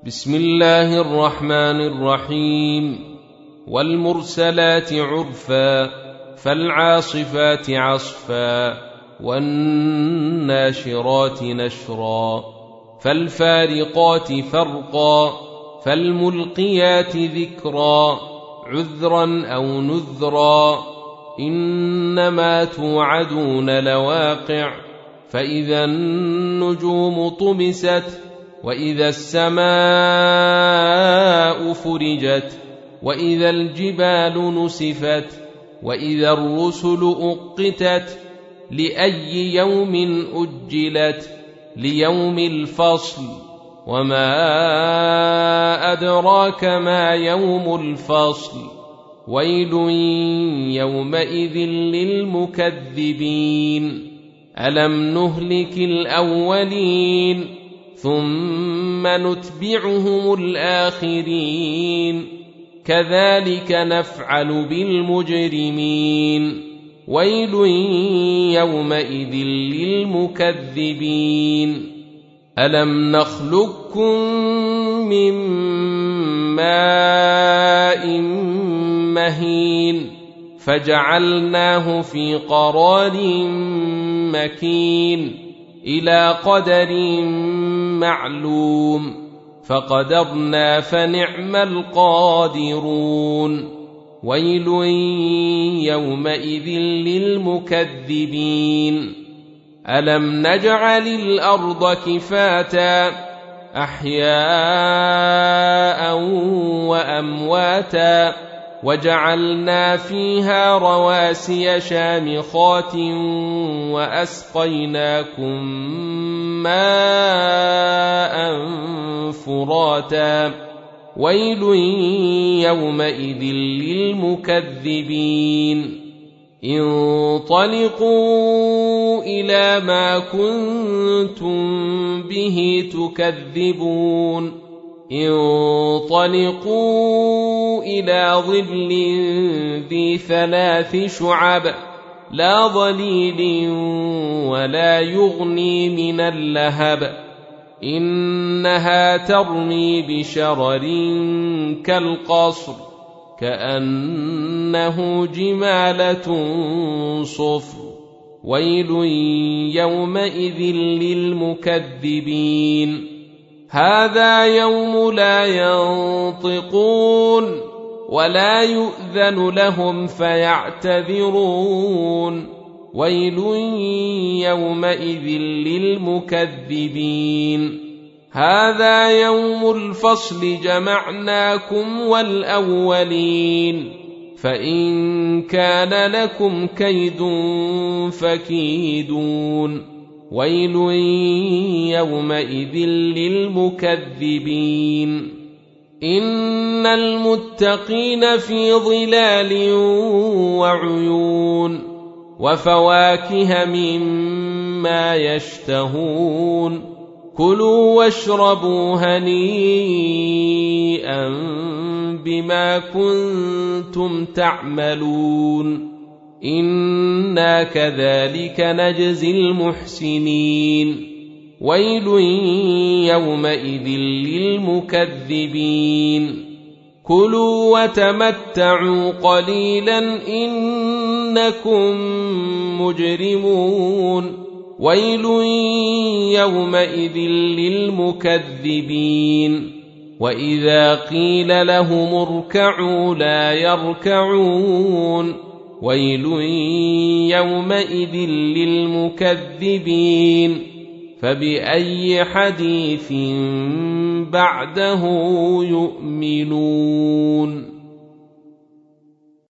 بسم الله الرحمن الرحيم. والمرسلات عرفا فالعاصفات عصفا والناشرات نشرا فالفارقات فرقا فالملقيات ذكرا عذرا أو نذرا إنما توعدون لواقع فإذا النجوم طمست وإذا السماء فرجت وإذا الجبال نسفت وإذا الرسل أقتت لأي يوم أجلت ليوم الفصل وما أدراك ما يوم الفصل ويل يومئذ للمكذبين ألم نهلك الأولين ثم نتبعهم الآخرين كذلك نفعل بالمجرمين ويل يومئذ للمكذبين ألم نخلقكم من ماء مهين فجعلناه في قرار مكين إلى قدر معلوم فقدرنا فنعم القادرون ويل يومئذ للمكذبين ألم نجعل الأرض كفاتا أحياء وأمواتا وجعلنا فيها رواسي شامخات وأسقيناكم ماء فراتا ويل يومئذ للمكذبين انطلقوا إلى ما كنتم به تكذبون انطلقوا إلى ظل ذي 3 شعب لا ظليل ولا يغني من اللهب إنها ترمي بشرر كالقصر كأنه جمالة صفر ويل يومئذ للمكذبين هذا يوم لا ينطقون ولا يؤذن لهم فيعتذرون ويل يومئذ للمكذبين هذا يوم الفصل جمعناكم والأولين فإن كان لكم كيد فكيدون ويل يومئذ للمكذبين إن المتقين في ظلال وعيون وفواكه مما يشتهون كلوا واشربوا هنيئا بما كنتم تعملون إنا كذلك نجزي المحسنين ويل يومئذ للمكذبين كلوا وتمتعوا قليلا إنكم مجرمون ويل يومئذ للمكذبين وإذا قيل لهم اركعوا لا يركعون ويل يومئذ للمكذبين فبأي حديث بعده يؤمنون